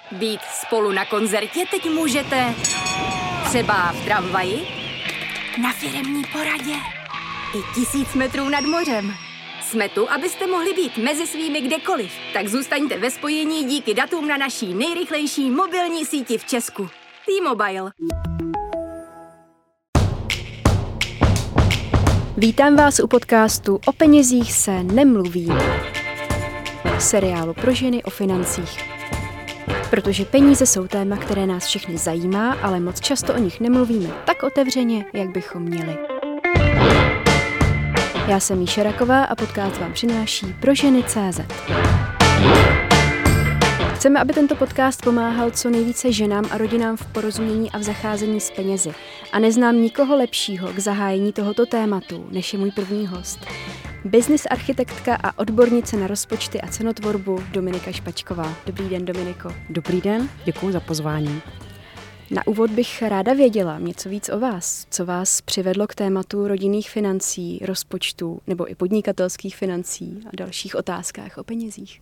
Být spolu na koncertě teď můžete třeba v tramvaji, na firemní poradě i 1000 metrů nad mořem. Jsme tu, abyste mohli být mezi svými kdekoliv. Tak zůstaňte ve spojení díky datům na naší nejrychlejší mobilní síti v Česku. T-Mobile. Vítám vás u podcastu O penězích se nemluví. Seriálu pro ženy o financích. Protože peníze jsou téma, které nás všechny zajímá, ale moc často o nich nemluvíme tak otevřeně, jak bychom měli. Já jsem Míša Raková a podcast vám přináší ProŽeny.cz. Chceme, aby tento podcast pomáhal co nejvíce ženám a rodinám v porozumění a v zacházení s penězi. A neznám nikoho lepšího k zahájení tohoto tématu, než je můj první host. Business architektka a odbornice na rozpočty a cenotvorbu Dominika Špačková. Dobrý den, Dominiko. Dobrý den, děkuji za pozvání. Na úvod bych ráda věděla něco víc o vás. Co vás přivedlo k tématu rodinných financí, rozpočtů nebo i podnikatelských financí a dalších otázkách o penězích?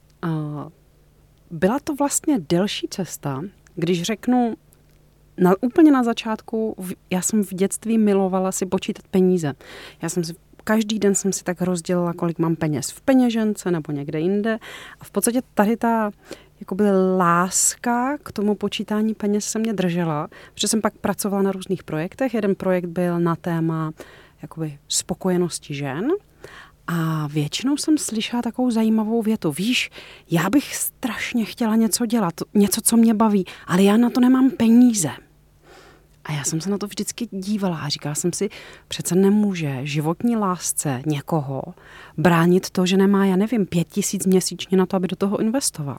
Byla to vlastně delší cesta, když řeknu, úplně na začátku, já jsem v dětství milovala si počítat peníze. Každý den jsem si tak rozdělila, kolik mám peněz v peněžence nebo někde jinde. A v podstatě tady ta jakoby láska k tomu počítání peněz se mě držela, protože jsem pak pracovala na různých projektech. Jeden projekt byl na téma jakoby spokojenosti žen. A většinou jsem slyšela takovou zajímavou větu. Víš, já bych strašně chtěla něco dělat, něco, co mě baví, ale já na to nemám peníze. A já jsem se na to vždycky dívala a říkala jsem si, přece nemůže životní lásce někoho bránit to, že nemá, 5 000 měsíčně na to, aby do toho investoval.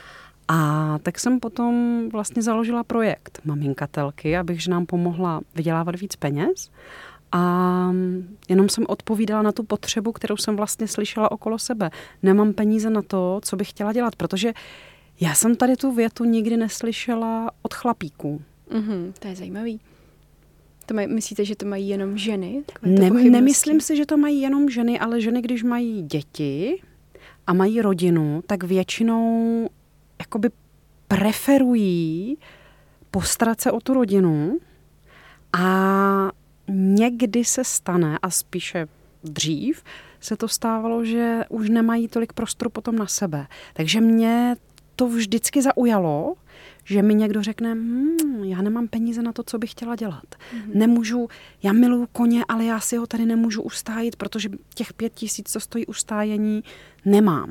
A tak jsem potom vlastně založila projekt Maminkatelky, abych ženám pomohla vydělávat víc peněz. A jenom jsem odpovídala na tu potřebu, kterou jsem vlastně slyšela okolo sebe. Nemám peníze na to, co bych chtěla dělat, protože já jsem tady tu větu nikdy neslyšela od chlapíků. To je zajímavý. Myslíte, že to mají jenom ženy? Nemyslím si, že to mají jenom ženy, ale ženy, když mají děti a mají rodinu, tak většinou jakoby preferují postarat se o tu rodinu a někdy se stane, a spíše dřív, se to stávalo, že už nemají tolik prostoru potom na sebe. Takže mě to vždycky zaujalo, že mi někdo řekne, já nemám peníze na to, co bych chtěla dělat. Nemůžu, já miluju koně, ale já si ho tady nemůžu ustájit, protože těch 5 000, co stojí ustájení, nemám.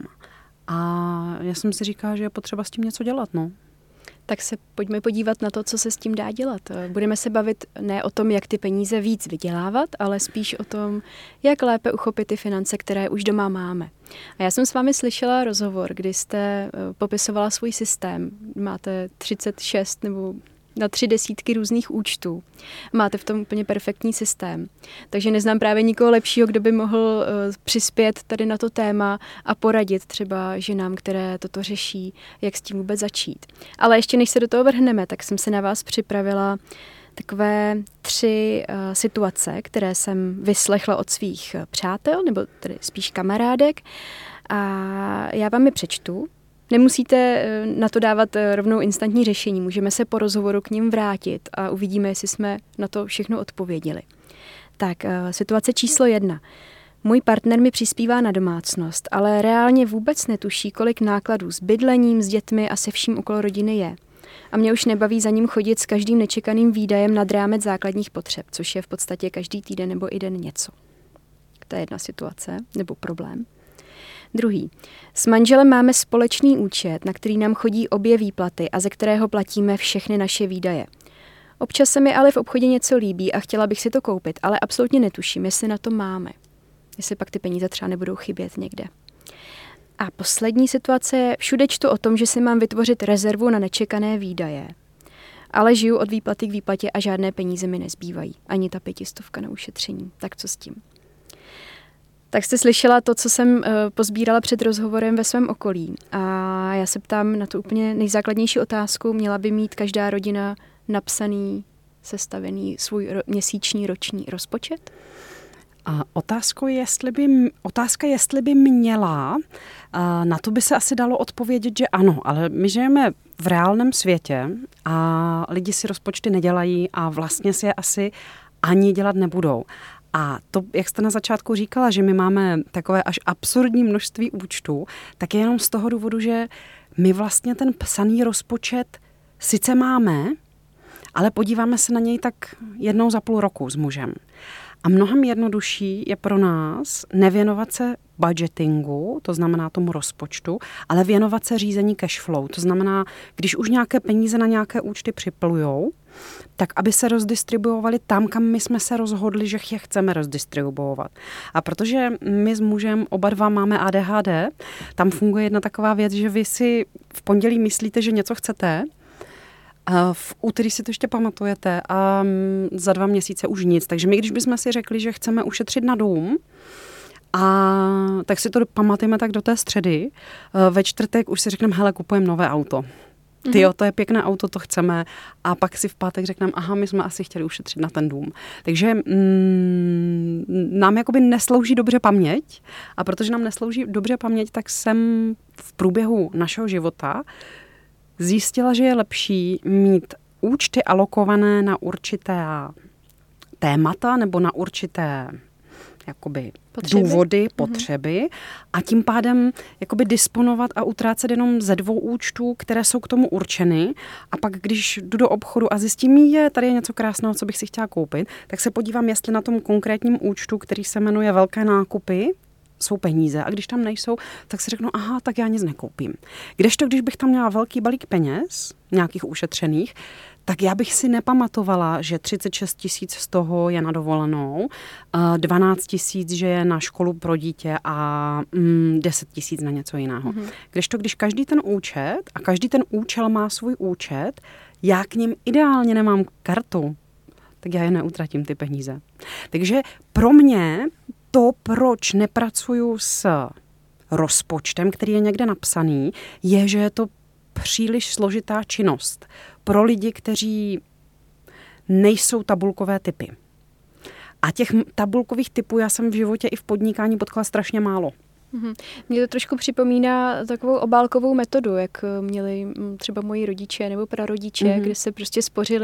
A já jsem si říkala, že je potřeba s tím něco dělat, no. Tak se pojďme podívat na to, co se s tím dá dělat. Budeme se bavit ne o tom, jak ty peníze víc vydělávat, ale spíš o tom, jak lépe uchopit ty finance, které už doma máme. A já jsem s vámi slyšela rozhovor, kdy jste popisovala svůj systém. Máte 36 nebo na 30 různých účtů. Máte v tom úplně perfektní systém. Takže neznám právě nikoho lepšího, kdo by mohl přispět tady na to téma a poradit třeba ženám, které toto řeší, jak s tím vůbec začít. Ale ještě než se do toho vrhneme, tak jsem se na vás připravila takové 3 situace, které jsem vyslechla od svých přátel, nebo tedy spíš kamarádek. A já vám je přečtu. Nemusíte na to dávat rovnou instantní řešení, můžeme se po rozhovoru k nim vrátit a uvidíme, jestli jsme na to všechno odpověděli. Tak, situace číslo 1. Můj partner mi přispívá na domácnost, ale reálně vůbec netuší, kolik nákladů s bydlením, s dětmi a se vším okolo rodiny je. A mě už nebaví za ním chodit s každým nečekaným výdajem nad rámec základních potřeb, což je v podstatě každý týden nebo i den něco. To je jedna situace nebo problém. Druhý. S manželem máme společný účet, na který nám chodí obě výplaty a ze kterého platíme všechny naše výdaje. Občas se mi ale v obchodě něco líbí a chtěla bych si to koupit, ale absolutně netuším, jestli na to máme. Jestli pak ty peníze třeba nebudou chybět někde. A poslední situace je, všude čtu o tom, že si mám vytvořit rezervu na nečekané výdaje. Ale žiju od výplaty k výplatě a žádné peníze mi nezbývají. Ani ta 500 na ušetření. Tak co s tím? Tak jste slyšela to, co jsem pozbírala před rozhovorem ve svém okolí. A já se ptám na tu úplně nejzákladnější otázku. Měla by mít každá rodina napsaný, sestavený svůj měsíční, roční rozpočet? A otázka, jestli by měla, na to by se asi dalo odpovědět, že ano, ale my žijeme v reálném světě a lidi si rozpočty nedělají a vlastně si je asi ani dělat nebudou. A to, jak jste na začátku říkala, že my máme takové až absurdní množství účtů, tak je jenom z toho důvodu, že my vlastně ten psaný rozpočet sice máme, ale podíváme se na něj tak jednou za půl roku s mužem. A mnohem jednodušší je pro nás nevěnovat se budgetingu, to znamená tomu rozpočtu, ale věnovat se řízení cash flow. To znamená, když už nějaké peníze na nějaké účty připlujou, tak aby se rozdistribuovaly tam, kam my jsme se rozhodli, že je chceme rozdistribuovat. A protože my s mužem oba dva máme ADHD, tam funguje jedna taková věc, že vy si v pondělí myslíte, že něco chcete, a v úterý si to ještě pamatujete a za 2 měsíce už nic. Takže my, když bychom si řekli, že chceme ušetřit na dům, tak si to pamatujeme tak do té středy. Ve čtvrtek už si řekneme, hele, kupujeme nové auto. Tyjo, to je pěkné auto, to chceme. A pak si v pátek řekneme, aha, my jsme asi chtěli ušetřit na ten dům. Takže nám jakoby neslouží dobře paměť. A protože nám neslouží dobře paměť, tak jsem v průběhu našeho života zjistila, že je lepší mít účty alokované na určité témata nebo na určité jakoby důvody, potřeby a tím pádem jakoby disponovat a utrácet jenom ze 2 účtů, které jsou k tomu určeny a pak, když jdu do obchodu a zjistím, tady je něco krásného, co bych si chtěla koupit, tak se podívám, jestli na tom konkrétním účtu, který se jmenuje Velké nákupy, jsou peníze a když tam nejsou, tak si řeknu, aha, tak já nic nekoupím. Kdežto, když bych tam měla velký balík peněz, nějakých ušetřených, tak já bych si nepamatovala, že 36 000 z toho je na dovolenou, 12 000, že je na školu pro dítě a 10 000 na něco jiného. Kdežto, když každý ten účet a každý ten účel má svůj účet, já k ním ideálně nemám kartu, tak já je neutratím ty peníze. Takže pro mě to, proč nepracuju s rozpočtem, který je někde napsaný, je, že je to příliš složitá činnost pro lidi, kteří nejsou tabulkové typy. A těch tabulkových typů já jsem v životě i v podnikání potkala strašně málo. Mně to trošku připomíná takovou obálkovou metodu, jak měli třeba moji rodiče nebo prarodiče, kde se prostě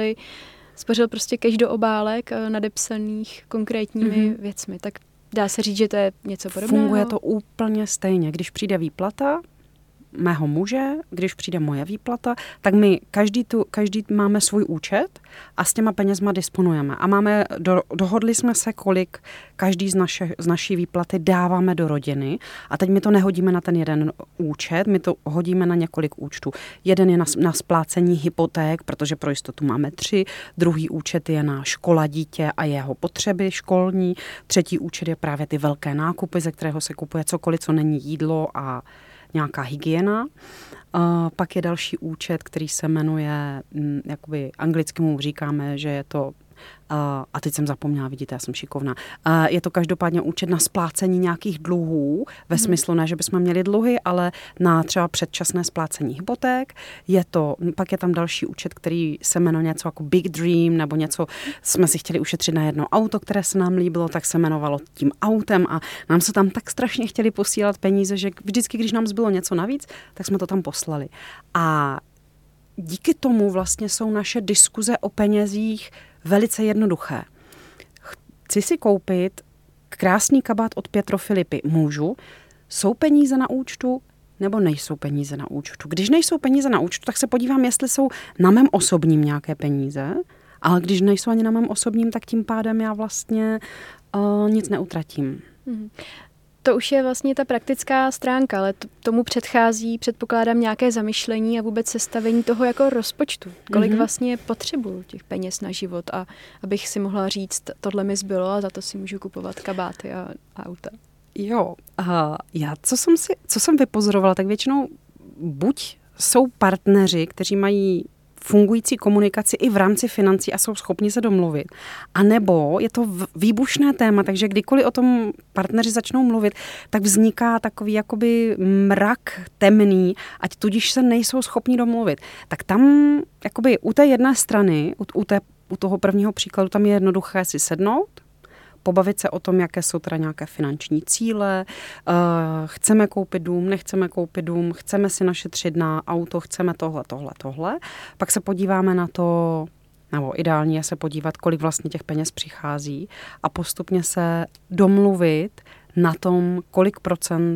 spořil prostě cash do obálek nadepsaných konkrétními věcmi. Tak dá se říct, že to je něco podobného? Funguje to úplně stejně. Když přijde výplata mého muže, když přijde moje výplata, tak my každý máme svůj účet a s těma penězma disponujeme. A dohodli jsme se, kolik každý z naší výplaty dáváme do rodiny a teď my to nehodíme na ten jeden účet, my to hodíme na několik účtů. Jeden je na splácení hypoték, protože pro jistotu máme 3, druhý účet je na škola dítě a jeho potřeby školní, třetí účet je právě ty velké nákupy, ze kterého se kupuje cokoliv, co není jídlo a nějaká hygiena. Pak je další účet, který se jmenuje, jakoby anglicky mu říkáme, že je to, a teď jsem zapomněla, vidíte, já jsem šikovná, je to každopádně účet na splácení nějakých dluhů, ve smyslu ne, že bychom měli dluhy, ale na třeba předčasné splácení hypoték. Pak je tam další účet, který se jmenuje něco jako Big Dream, nebo něco, jsme si chtěli ušetřit na jedno auto, které se nám líbilo, tak se jmenovalo tím autem a nám se tam tak strašně chtěli posílat peníze, že vždycky, když nám zbylo něco navíc, tak jsme to tam poslali. A díky tomu vlastně jsou naše diskuze o penězích velice jednoduché. Chci si koupit krásný kabát od Pietro Filippi. Můžu? Jsou peníze na účtu nebo nejsou peníze na účtu? Když nejsou peníze na účtu, tak se podívám, jestli jsou na mém osobním nějaké peníze, ale když nejsou ani na mém osobním, tak tím pádem já vlastně nic neutratím. To už je vlastně ta praktická stránka, ale tomu předchází, předpokládám, nějaké zamyšlení a vůbec sestavení toho jako rozpočtu. Kolik vlastně potřebuju těch peněz na život a abych si mohla říct, tohle mi zbylo a za to si můžu kupovat kabáty a auta. Jo, já co jsem vypozorovala, tak většinou buď jsou partneři, kteří mají fungující komunikaci i v rámci financí a jsou schopni se domluvit. A nebo je to výbušné téma, takže kdykoliv o tom partneři začnou mluvit, tak vzniká takový jakoby mrak temný, ať tudíž se nejsou schopni domluvit. Tak tam jakoby u té jedné strany, u toho prvního příkladu, tam je jednoduché si sednout, pobavit se o tom, jaké jsou teda nějaké finanční cíle, chceme koupit dům, nechceme koupit dům, chceme si našetřit na auto, chceme tohle. Pak se podíváme na to, nebo ideální je se podívat, kolik vlastně těch peněz přichází a postupně se domluvit na tom, kolik procent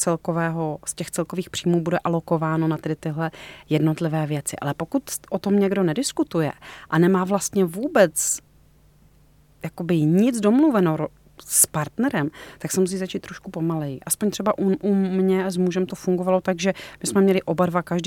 z těch celkových příjmů bude alokováno na tyhle jednotlivé věci. Ale pokud o tom někdo nediskutuje a nemá vlastně vůbec jakoby nic domluveno s partnerem, tak se musí začít trošku pomaleji. Aspoň třeba u mě a s mužem to fungovalo tak, že my jsme měli oba dva každý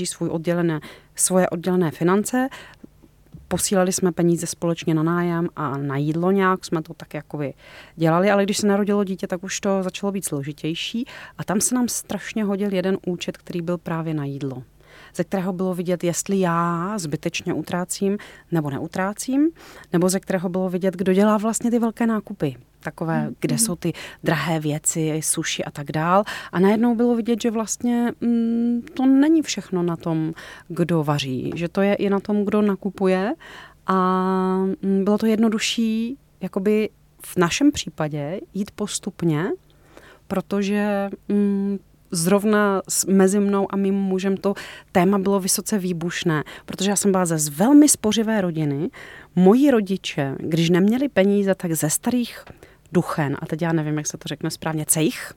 svoje oddělené finance, posílali jsme peníze společně na nájem a na jídlo nějak, jsme to tak jakoby dělali, ale když se narodilo dítě, tak už to začalo být složitější a tam se nám strašně hodil jeden účet, který byl právě na jídlo, ze kterého bylo vidět, jestli já zbytečně utrácím nebo neutrácím, nebo ze kterého bylo vidět, kdo dělá vlastně ty velké nákupy. Takové, kde jsou ty drahé věci, sushi a tak dál. A najednou bylo vidět, že vlastně to není všechno na tom, kdo vaří, že to je i na tom, kdo nakupuje. A bylo to jednodušší, jakoby v našem případě, jít postupně, protože zrovna mezi mnou a mým mužem to téma bylo vysoce výbušné, protože já jsem byla ze velmi spořivé rodiny. Moji rodiče, když neměli peníze, tak ze starých duchen, a teď já nevím, jak se to řekne správně, cejch,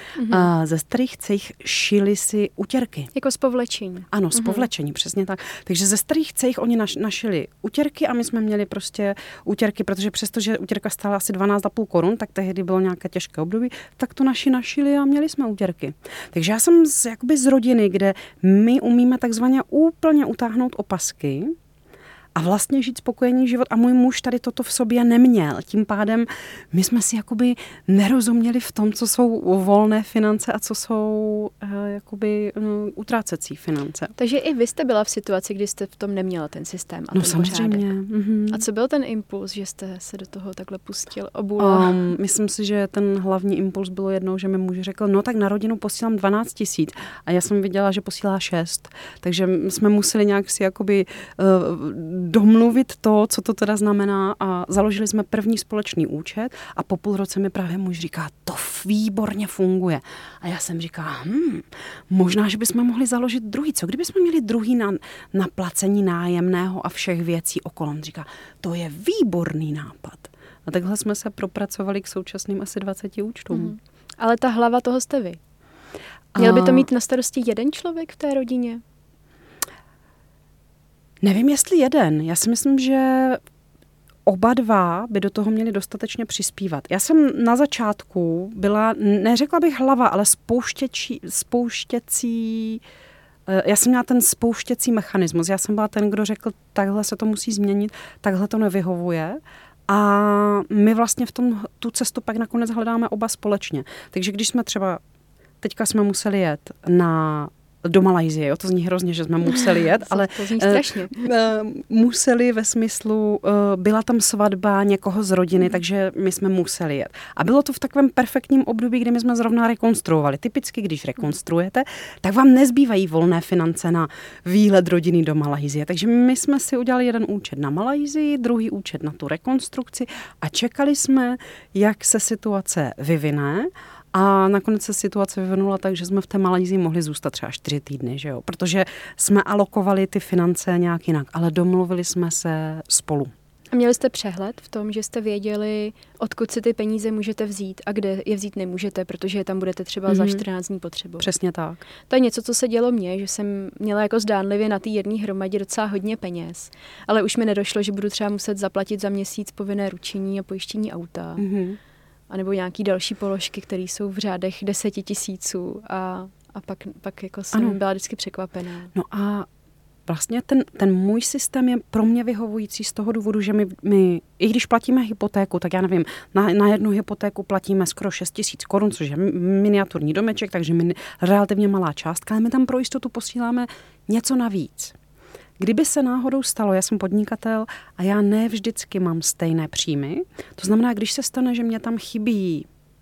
ze starých cejch šili si utěrky. Jako z povlečení. Ano, z povlečení, přesně tak. Takže ze starých cejch oni našili utěrky a my jsme měli prostě utěrky, protože přestože utěrka stála asi 12,5 korun, tak tehdy bylo nějaké těžké období, tak to našili a měli jsme utěrky. Takže já jsem jakoby z rodiny, kde my umíme takzvaně úplně utáhnout opasky a vlastně žít spokojený život a můj muž tady toto v sobě neměl. Tím pádem my jsme si jakoby nerozuměli v tom, co jsou volné finance a co jsou jakoby utrácecí finance. Takže i vy jste byla v situaci, kdy jste v tom neměla ten systém a no ten samozřejmě. A co byl ten impuls, že jste se do toho takhle pustil? Myslím si, že ten hlavní impuls bylo jednou, že mi muž řekl, no tak na rodinu posílám 12 000 a já jsem viděla, že posílá 6. Takže jsme museli nějak si jakoby domluvit to, co to teda znamená a založili jsme první společný účet a po půl roce mi právě muž říká, to výborně funguje. A já jsem říká, možná, že bychom mohli založit druhý. Co kdybychom měli druhý na placení nájemného a všech věcí okolo? On říká, to je výborný nápad. A takhle jsme se propracovali k současným asi 20 účtům. Ale ta hlava toho jste vy. Měl by to mít na starosti jeden člověk v té rodině? Nevím, jestli jeden. Já si myslím, že oba dva by do toho měli dostatečně přispívat. Já jsem na začátku byla, neřekla bych hlava, ale spouštěcí. Já jsem měla ten spouštěcí mechanismus. Já jsem byla ten, kdo řekl, takhle se to musí změnit, takhle to nevyhovuje. A my vlastně tu cestu pak nakonec hledáme oba společně. Takže když jsme třeba, teďka jsme museli jet do Malajsie, jo, to zní hrozně, že jsme museli jet, ale to zní strašně. Museli ve smyslu, byla tam svatba někoho z rodiny, takže my jsme museli jet. A bylo to v takovém perfektním období, kdy my jsme zrovna rekonstruovali. Typicky, když rekonstruujete, tak vám nezbývají volné finance na výlet rodiny do Malajsie. Takže my jsme si udělali jeden účet na Malajsii, druhý účet na tu rekonstrukci a čekali jsme, jak se situace vyvine. A nakonec se situace vyvinula tak, že jsme v té Malajsii mohli zůstat třeba 4 týdny, že jo? Protože jsme alokovali ty finance nějak jinak, ale domluvili jsme se spolu. A měli jste přehled v tom, že jste věděli, odkud si ty peníze můžete vzít a kde je vzít nemůžete, protože je tam budete třeba za 14 dní potřebovat. Přesně tak. To je něco, co se dělo mně, že jsem měla jako zdánlivě na té jedné hromadě docela hodně peněz, ale už mi nedošlo, že budu třeba muset zaplatit za měsíc povinné ručení a pojištění auta. A nebo nějaký další položky, které jsou v řádech 10 000 a pak jako jsem byla vždycky překvapená. No a vlastně ten můj systém je pro mě vyhovující z toho důvodu, že my i když platíme hypotéku, tak já nevím, na jednu hypotéku platíme skoro 6 000 korun, což je miniaturní domeček, takže relativně malá částka, ale my tam pro jistotu posíláme něco navíc. Kdyby se náhodou stalo, já jsem podnikatel a já ne vždycky mám stejné příjmy, to znamená, když se stane, že mě tam chybí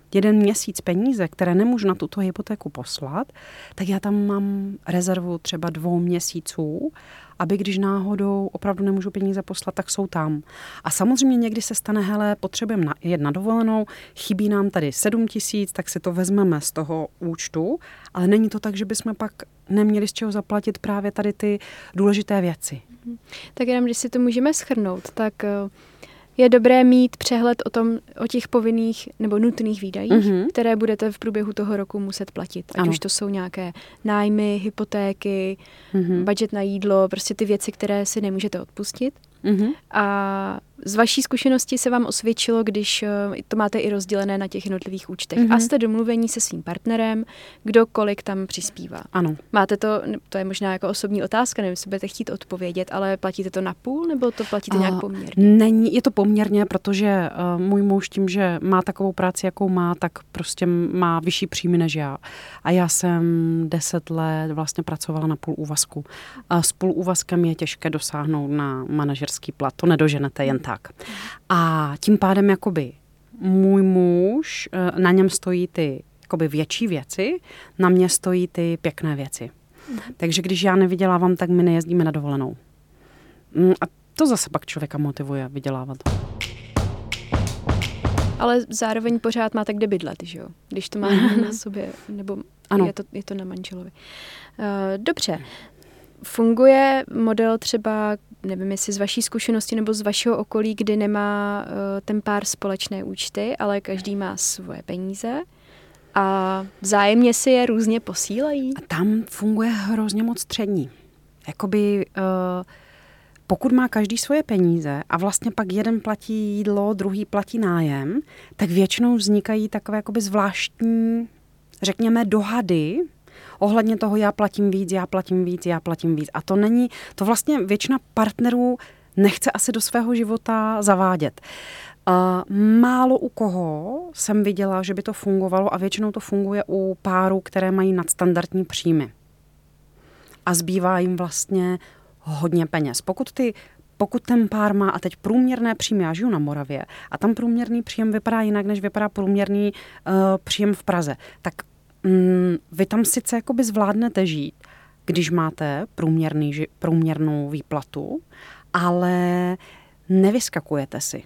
jeden měsíc peníze, které nemůžu na tuto hypotéku poslat, tak já tam mám rezervu třeba 2 měsíců, aby když náhodou opravdu nemůžu peníze poslat, tak jsou tam. A samozřejmě někdy se stane, hele, potřebujeme jet na dovolenou, chybí nám tady 7 000, tak si to vezmeme z toho účtu, ale není to tak, že bychom pak neměli z čeho zaplatit právě tady ty důležité věci. Tak jenom, když si to můžeme shrnout, tak je dobré mít přehled o těch povinných nebo nutných výdajích, které budete v průběhu toho roku muset platit. Ať už to jsou nějaké nájmy, hypotéky, budget na jídlo, prostě ty věci, které si nemůžete odpustit. A z vaší zkušenosti se vám osvědčilo, když to máte i rozdělené na těch jednotlivých účtech a jste domluvení se svým partnerem, kdo kolik tam přispívá. Ano. Máte to je možná jako osobní otázka, nevím, jestli budete chtít odpovědět, ale platíte to na půl, nebo to platíte nějak poměrně? Je to poměrně, protože můj muž tím, že má takovou práci, jakou má, tak prostě má vyšší příjmy než já. A já jsem 10 let vlastně pracovala na půl úvazku. A s půl úvazkem je těžké dosáhnout na manažerský plat. To nedoženete jen tak. A tím pádem jakoby můj muž, na něm stojí ty jakoby větší věci, na mě stojí ty pěkné věci. Takže když já nevydělávám, tak my nejezdíme na dovolenou. A to zase pak člověka motivuje vydělávat. Ale zároveň pořád máte kde bydlet, že jo? Když to má na sobě, nebo je to na manželovi. Dobře. Funguje model třeba, nevím, jestli z vaší zkušenosti nebo z vašeho okolí, kdy nemá ten pár společné účty, ale každý má svoje peníze a vzájemně si je různě posílají? A tam funguje hrozně moc střední. Jakoby pokud má každý svoje peníze a vlastně pak jeden platí jídlo, druhý platí nájem, tak většinou vznikají takové jakoby zvláštní, řekněme, dohady ohledně toho, já platím víc. A to vlastně většina partnerů nechce asi do svého života zavádět. Málo u koho jsem viděla, že by to fungovalo a většinou to funguje u párů, které mají nadstandardní příjmy. A zbývá jim vlastně hodně peněz. Pokud ten pár má a teď průměrné příjmy, já žiju na Moravě a tam průměrný příjem vypadá jinak, než vypadá průměrný příjem v Praze, tak vy tam sice jakoby zvládnete žít, když máte průměrnou výplatu, ale nevyskakujete si.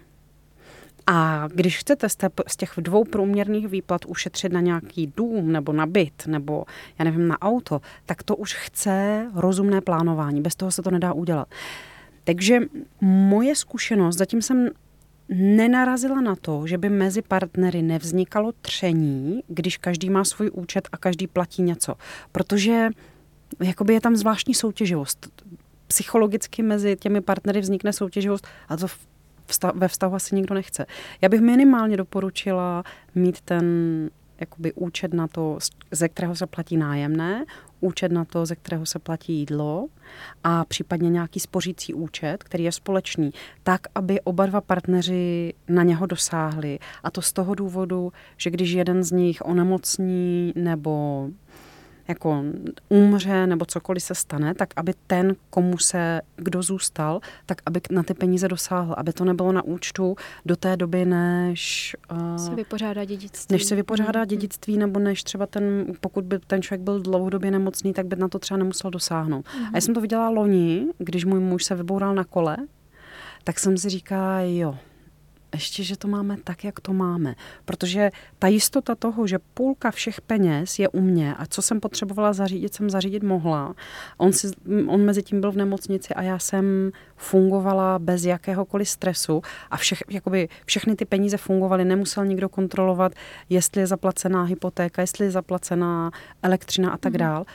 A když chcete z těch 2 průměrných výplat ušetřit na nějaký dům nebo na byt nebo, já nevím, na auto, tak to už chce rozumné plánování. Bez toho se to nedá udělat. Takže moje zkušenost, zatím jsem nenarazila na to, že by mezi partnery nevznikalo tření, když každý má svůj účet a každý platí něco. Protože jakoby je tam zvláštní soutěživost. Psychologicky mezi těmi partnery vznikne soutěživost a to ve vztahu asi nikdo nechce. Já bych minimálně doporučila mít ten jakoby účet na to, ze kterého se platí nájemné, účet na to, ze kterého se platí jídlo a případně nějaký spořící účet, který je společný, tak, aby oba dva partneři na něho dosáhli. A to z toho důvodu, že když jeden z nich onemocní nebo jako umře nebo cokoliv se stane, tak aby ten, kdo zůstal, tak aby na ty peníze dosáhl, aby to nebylo na účtu do té doby, než se vypořádá dědictví. Než se vypořádá dědictví, nebo než třeba pokud by ten člověk byl dlouhodobě nemocný, tak by na to třeba nemusel dosáhnout. A já jsem to viděla loni, když můj muž se vyboural na kole, tak jsem si říkala, ještě, že to máme tak, jak to máme. Protože ta jistota toho, že půlka všech peněz je u mě a co jsem potřebovala zařídit, jsem zařídit mohla. On mezi tím byl v nemocnici a já jsem fungovala bez jakéhokoliv stresu a všechny ty peníze fungovaly. Nemusel nikdo kontrolovat, jestli je zaplacená hypotéka, jestli je zaplacená elektřina a tak dál.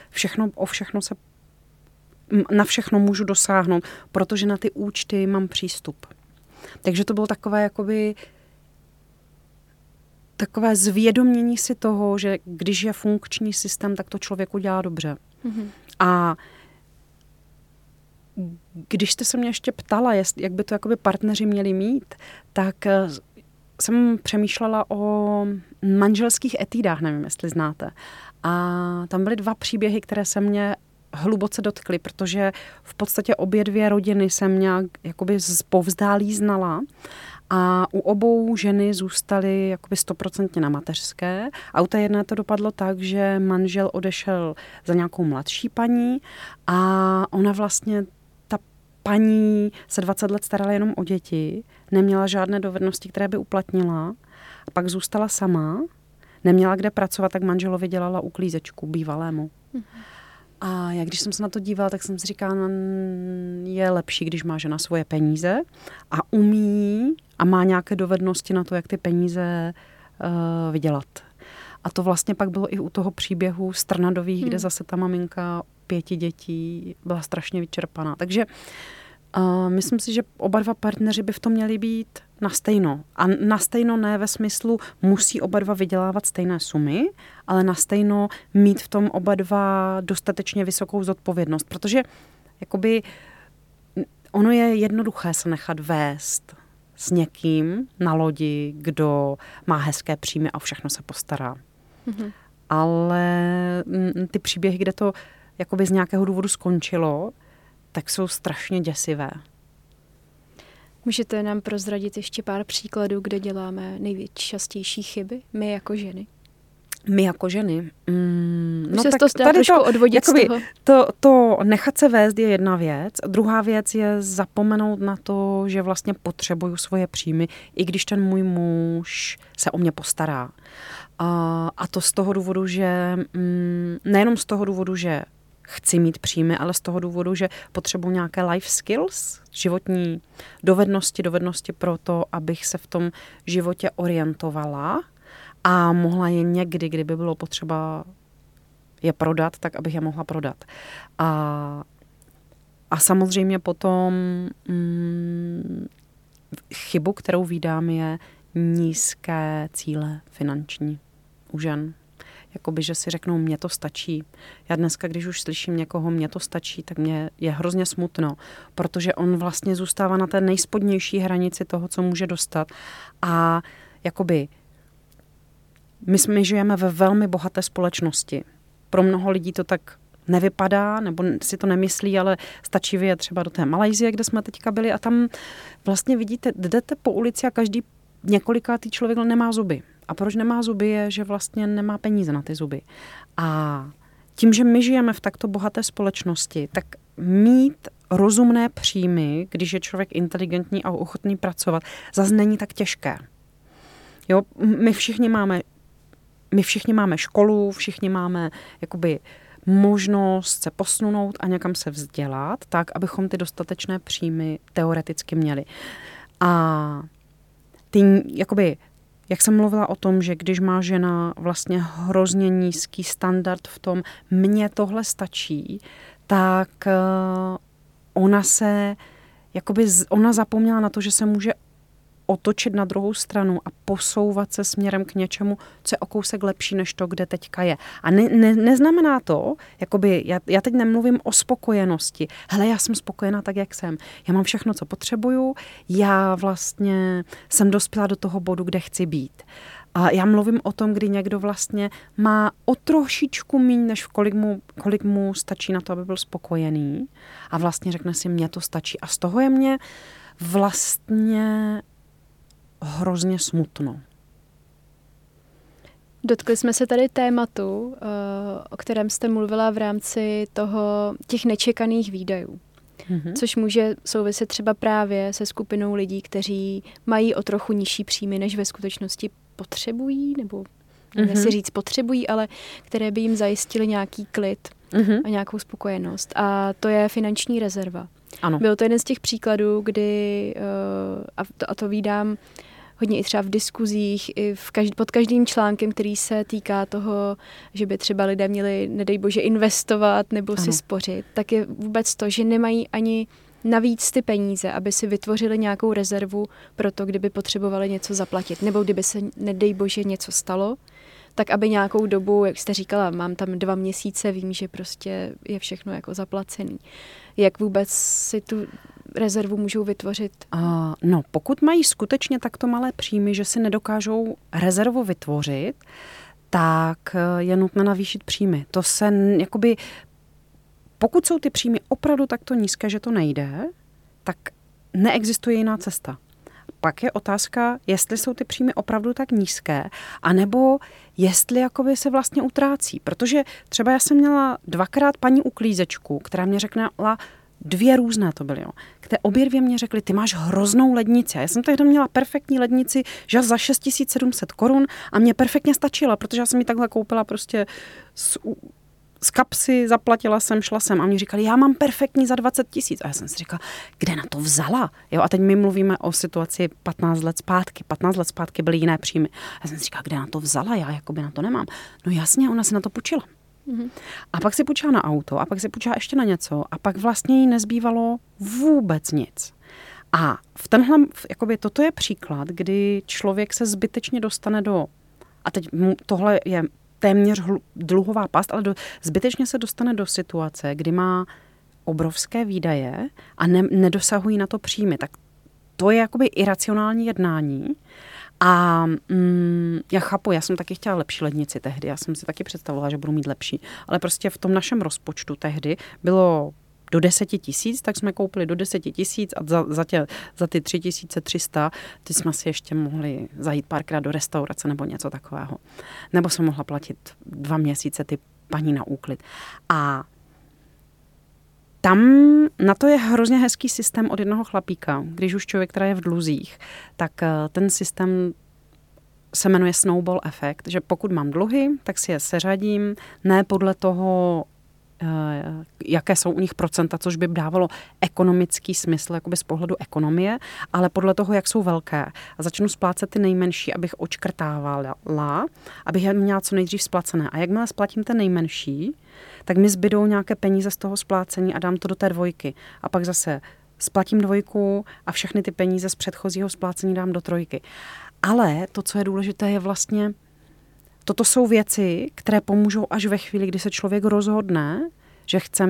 Na všechno můžu dosáhnout, protože na ty účty mám přístup. Takže to bylo takové zvědomění si toho, že když je funkční systém, tak to člověku dělá dobře. Mm-hmm. A když jste se mě ještě ptala, jak by to jakoby partneři měli mít, tak jsem přemýšlela o manželských etýdách, nevím, jestli znáte. A tam byly 2 příběhy, které se mě hluboce dotkly, protože v podstatě obě 2 rodiny jsem nějak jakoby zpovzdálí znala A u obou ženy zůstaly jakoby 100% na mateřské. A u té jedné to dopadlo tak, že manžel odešel za nějakou mladší paní a ona vlastně, ta paní se 20 let starala jenom o děti, neměla žádné dovednosti, které by uplatnila, a pak zůstala sama, neměla kde pracovat, tak manželovi dělala uklízečku bývalému. A já když jsem se na to dívala, tak jsem si říkala, je lepší, když má žena svoje peníze a umí a má nějaké dovednosti na to, jak ty peníze vydělat. A to vlastně pak bylo i u toho příběhu Strnadových, kde zase ta maminka 5 dětí byla strašně vyčerpaná. Takže myslím si, že oba dva partneři by v tom měli být na stejno. A na stejno ne ve smyslu musí oba dva vydělávat stejné sumy, ale na stejno mít v tom oba dva dostatečně vysokou zodpovědnost. Protože jakoby ono je jednoduché se nechat vést s někým na lodi, kdo má hezké příjmy a všechno se postará. Mm-hmm. Ale ty příběhy, kde to jakoby z nějakého důvodu skončilo, tak jsou strašně děsivé. Můžete nám prozradit ještě pár příkladů, kde děláme nejčastější chyby, my jako ženy? My jako ženy? No tak to tady trošku odvodit jakoby, z toho. To nechat se vést je jedna věc. Druhá věc je zapomenout na to, že vlastně potřebuju svoje příjmy, i když ten můj muž se o mě postará. A to z toho důvodu, že nejenom z toho důvodu, že chci mít příjmy, ale z toho důvodu, že potřebuji nějaké life skills, životní dovednosti pro to, abych se v tom životě orientovala a mohla je někdy, kdyby bylo potřeba je prodat, tak abych je mohla prodat. A samozřejmě potom chybu, kterou vídám, je nízké cíle finanční u žen. Jakoby, že si řeknou, mně to stačí. Já dneska, když už slyším někoho, mně to stačí, tak mě je hrozně smutno, protože on vlastně zůstává na té nejspodnější hranici toho, co může dostat. A jakoby my žijeme ve velmi bohaté společnosti. Pro mnoho lidí to tak nevypadá, nebo si to nemyslí, ale stačí vyjet třeba do té Malajsie, kde jsme teďka byli a tam vlastně vidíte, jdete po ulici a každý několikátý člověk nemá zuby. A proč nemá zuby je, že vlastně nemá peníze na ty zuby. A tím, že my žijeme v takto bohaté společnosti, tak mít rozumné příjmy, když je člověk inteligentní a ochotný pracovat, zase není tak těžké. Jo, my všichni máme školu, všichni máme jakoby možnost se posunout a někam se vzdělat, tak, abychom ty dostatečné příjmy teoreticky měli. A ty, jakoby, jak jsem mluvila o tom, že když má žena vlastně hrozně nízký standard v tom, mně tohle stačí, tak ona zapomněla na to, že se může otočit na druhou stranu a posouvat se směrem k něčemu, co je o kousek lepší než to, kde teďka je. A neznamená to, jakoby, já teď nemluvím o spokojenosti. Hele, já jsem spokojená tak, jak jsem. Já mám všechno, co potřebuju. Já vlastně jsem dospěla do toho bodu, kde chci být. A já mluvím o tom, kdy někdo vlastně má o trošičku míň, než kolik mu stačí na to, aby byl spokojený. A vlastně řekne si, mně to stačí. A z toho je mě vlastně hrozně smutno. Dotkli jsme se tady tématu, o kterém jste mluvila v rámci těch nečekaných výdajů. Mm-hmm. Což může souviset třeba právě se skupinou lidí, kteří mají o trochu nižší příjmy, než ve skutečnosti potřebují, nebo nevím, si říct potřebují, ale které by jim zajistily nějaký klid a nějakou spokojenost. A to je finanční rezerva. Ano. Byl to jeden z těch příkladů, kdy, a to vídám hodně i třeba v diskuzích, i pod každým článkem, který se týká toho, že by třeba lidé měli, nedej bože, investovat nebo si spořit, tak je vůbec to, že nemají ani navíc ty peníze, aby si vytvořili nějakou rezervu pro to, kdyby potřebovali něco zaplatit. Nebo kdyby se, nedej bože, něco stalo, tak aby nějakou dobu, jak jste říkala, mám tam 2 měsíce, vím, že prostě je všechno jako zaplacený. Jak vůbec si tu rezervu můžou vytvořit? No, pokud mají skutečně takto malé příjmy, že si nedokážou rezervu vytvořit, tak je nutné navýšit příjmy. To se jakoby, pokud jsou ty příjmy opravdu takto nízké, že to nejde, tak neexistuje jiná cesta. pak je otázka, jestli jsou ty příjmy opravdu tak nízké, anebo jestli jakoby se vlastně utrácí. Protože třeba já jsem měla 2krát paní uklízečku, která mě řekla, 2 různé to byly, jo. Obě 2 mě řekly, ty máš hroznou lednici. A já jsem tehdy měla perfektní lednici, že za 6700 korun a mě perfektně stačila, protože já jsem ji takhle koupila prostě z kapsy, zaplatila jsem, šla jsem a mě říkali, já mám perfektní za 20 000. A já jsem si říkala, kde na to vzala? Jo, a teď my mluvíme o situaci 15 let zpátky. 15 let zpátky byly jiné příjmy. A já jsem si říkala, kde na to vzala? Já jakoby na to nemám. No jasně, ona si na to půjčila. A pak si půjčila na auto a pak si půjčila ještě na něco a pak vlastně jí nezbývalo vůbec nic. A jakoby toto je příklad, kdy člověk se zbytečně dostane a teď tohle je téměř dluhová past, ale zbytečně se dostane do situace, kdy má obrovské výdaje a nedosahují na to příjmy. Tak to je jakoby iracionální jednání. A já chápu, já jsem taky chtěla lepší lednici tehdy, já jsem si taky představovala, že budu mít lepší, ale prostě v tom našem rozpočtu tehdy bylo do 10 000, tak jsme koupili do 10 000 a za ty 3300 ty jsme si ještě mohli zajít párkrát do restaurace nebo něco takového. Nebo jsem mohla platit 2 měsíce ty paní na úklid. A tam na to je hrozně hezký systém od jednoho chlapíka. Když už člověk, který je v dluzích, tak ten systém se jmenuje snowball efekt, že pokud mám dluhy, tak si je seřadím, ne podle toho, jaké jsou u nich procenta, což by dávalo ekonomický smysl jakoby z pohledu ekonomie, ale podle toho, jak jsou velké. A začnu splácet ty nejmenší, abych odškrtávala, abych je měla co nejdřív splacené. A jakmile splatím ten nejmenší, tak mi zbydou nějaké peníze z toho splácení a dám to do té 2. A pak zase splatím 2 a všechny ty peníze z předchozího splácení dám do 3. Ale to, co je důležité, je vlastně toto jsou věci, které pomůžou až ve chvíli, kdy se člověk rozhodne, že chce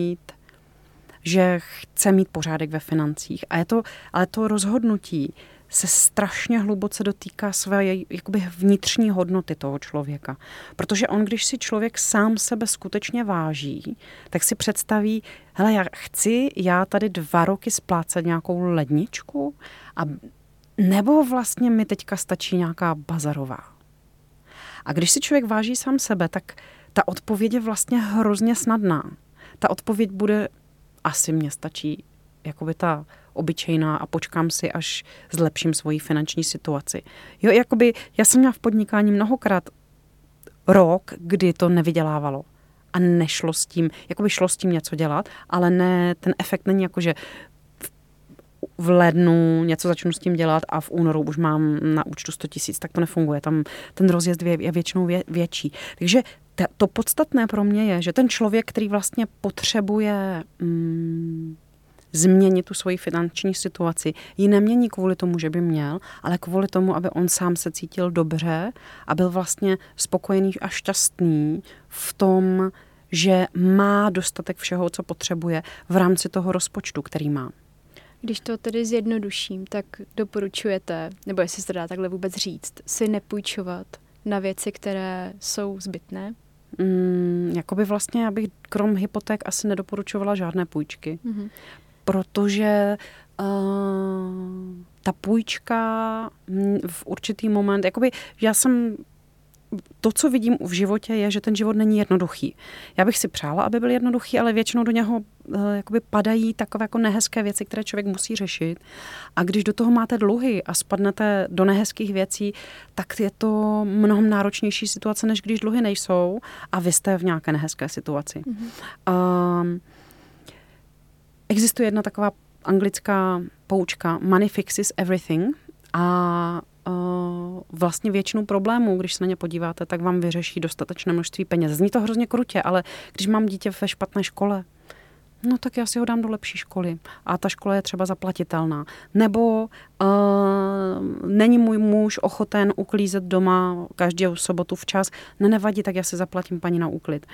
mít pořádek ve financích. Ale to rozhodnutí se strašně hluboce dotýká své jakoby vnitřní hodnoty toho člověka. Protože když si člověk sám sebe skutečně váží, tak si představí, hele, já tady 2 roky splácet nějakou ledničku nebo vlastně mi teďka stačí nějaká bazarová. A když si člověk váží sám sebe, tak ta odpověď je vlastně hrozně snadná. Ta odpověď bude, asi mě stačí jakoby ta obyčejná a počkám si, až zlepším svoji finanční situaci. Jo, jakoby já jsem měla v podnikání mnohokrát rok, kdy to nevydělávalo. A nešlo s tím, jakoby šlo s tím něco dělat, ale ne, ten efekt není jako, že v lednu něco začnu s tím dělat a v únoru už mám na účtu 100 000, tak to nefunguje. Tam ten rozjezd je většinou větší. Takže to podstatné pro mě je, že ten člověk, který vlastně potřebuje změnit tu svoji finanční situaci, ji nemění kvůli tomu, že by měl, ale kvůli tomu, aby on sám se cítil dobře a byl vlastně spokojený a šťastný v tom, že má dostatek všeho, co potřebuje v rámci toho rozpočtu, který má. Když to tedy zjednoduším, tak doporučujete, nebo jestli se to dá takhle vůbec říct, si nepůjčovat na věci, které jsou zbytné? Jakoby vlastně, já bych krom hypoték asi nedoporučovala žádné půjčky. Protože ta půjčka v určitý moment, jakoby to, co vidím v životě, je, že ten život není jednoduchý. Já bych si přála, aby byl jednoduchý, ale většinou do něho jakoby padají takové jako nehezké věci, které člověk musí řešit. A když do toho máte dluhy a spadnete do nehezkých věcí, tak je to mnohem náročnější situace, než když dluhy nejsou a vy jste v nějaké nehezké situaci. Existuje jedna taková anglická poučka Money fixes everything a vlastně většinu problémů, když se na ně podíváte, tak vám vyřeší dostatečné množství peněz. Zní to hrozně krutě, ale když mám dítě ve špatné škole, no tak já si ho dám do lepší školy a ta škola je třeba zaplatitelná. Nebo není můj muž ochoten uklízet doma každou sobotu včas, nevadí, tak já si zaplatím paní na úklid.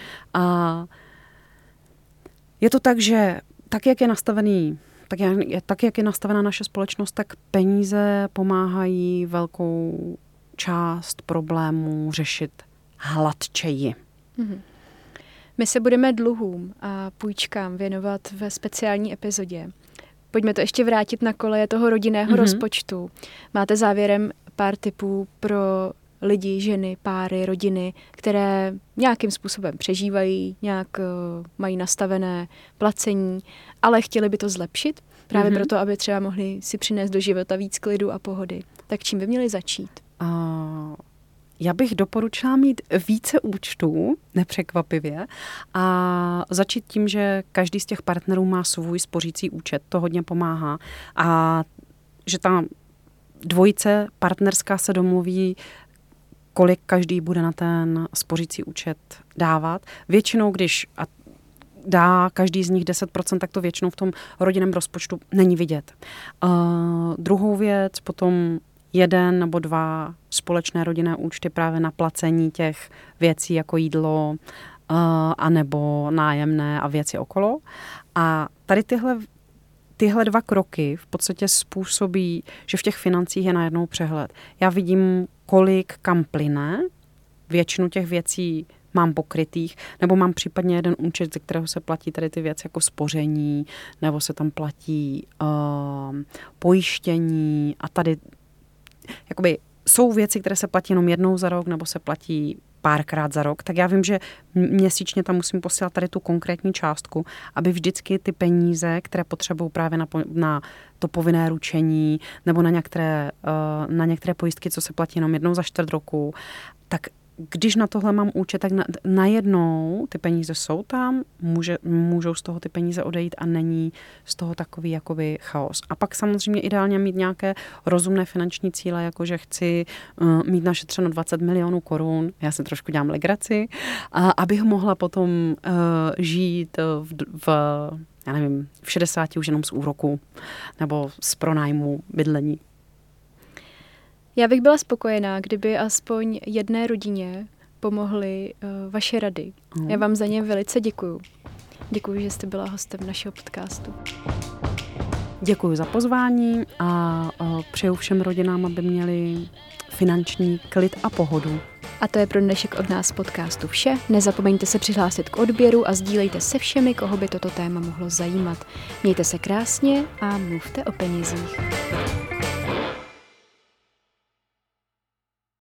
Je to tak, že tak, jak je nastavená naše společnost, tak peníze pomáhají velkou část problémů řešit hladčeji. My se budeme dluhům a půjčkám věnovat ve speciální epizodě. Pojďme to ještě vrátit na koleje toho rodinného rozpočtu. Máte závěrem pár tipů pro lidi, ženy, páry, rodiny, které nějakým způsobem přežívají, nějak mají nastavené placení, ale chtěli by to zlepšit, právě proto, aby třeba mohli si přinést do života víc klidu a pohody. Tak čím by měli začít? Já bych doporučila mít více účtů, nepřekvapivě, a začít tím, že každý z těch partnerů má svůj spořící účet, to hodně pomáhá, a že ta dvojice partnerská se domluví, kolik každý bude na ten spořící účet dávat. Většinou, když dá každý z nich 10%, tak to většinou v tom rodinném rozpočtu není vidět. Druhou věc, potom 1 nebo 2 společné rodinné účty právě na placení těch věcí jako jídlo anebo nájemné a věci okolo. A tady tyhle 2 kroky v podstatě způsobí, že v těch financích je najednou přehled. Já vidím, kolik kam plyne, většinu těch věcí mám pokrytých, nebo mám případně jeden účet, ze kterého se platí tady ty věci jako spoření, nebo se tam platí pojištění a tady jakoby jsou věci, které se platí jenom jednou za rok, nebo se platí párkrát za rok, tak já vím, že měsíčně tam musím posílat tady tu konkrétní částku, aby vždycky ty peníze, které potřebují právě na to povinné ručení nebo na některé pojistky, co se platí jenom jednou za 4 roku, tak když na tohle mám účet, tak najednou ty peníze jsou tam, můžou z toho ty peníze odejít a není z toho takový jakoby chaos. A pak samozřejmě ideálně mít nějaké rozumné finanční cíle, jako že chci mít našetřeno 20 milionů korun, já si trošku dělám legraci, abych mohla potom žít já nevím, v 60 už jenom z úroku nebo z pronájmu bydlení. Já bych byla spokojená, kdyby aspoň jedné rodině pomohly vaše rady. Já vám za ně velice děkuju. Děkuji, že jste byla hostem našeho podcastu. Děkuji za pozvání a přeju všem rodinám, aby měli finanční klid a pohodu. A to je pro dnešek od nás podcastu vše. Nezapomeňte se přihlásit k odběru a sdílejte se všemi, koho by toto téma mohlo zajímat. Mějte se krásně a mluvte o penězích.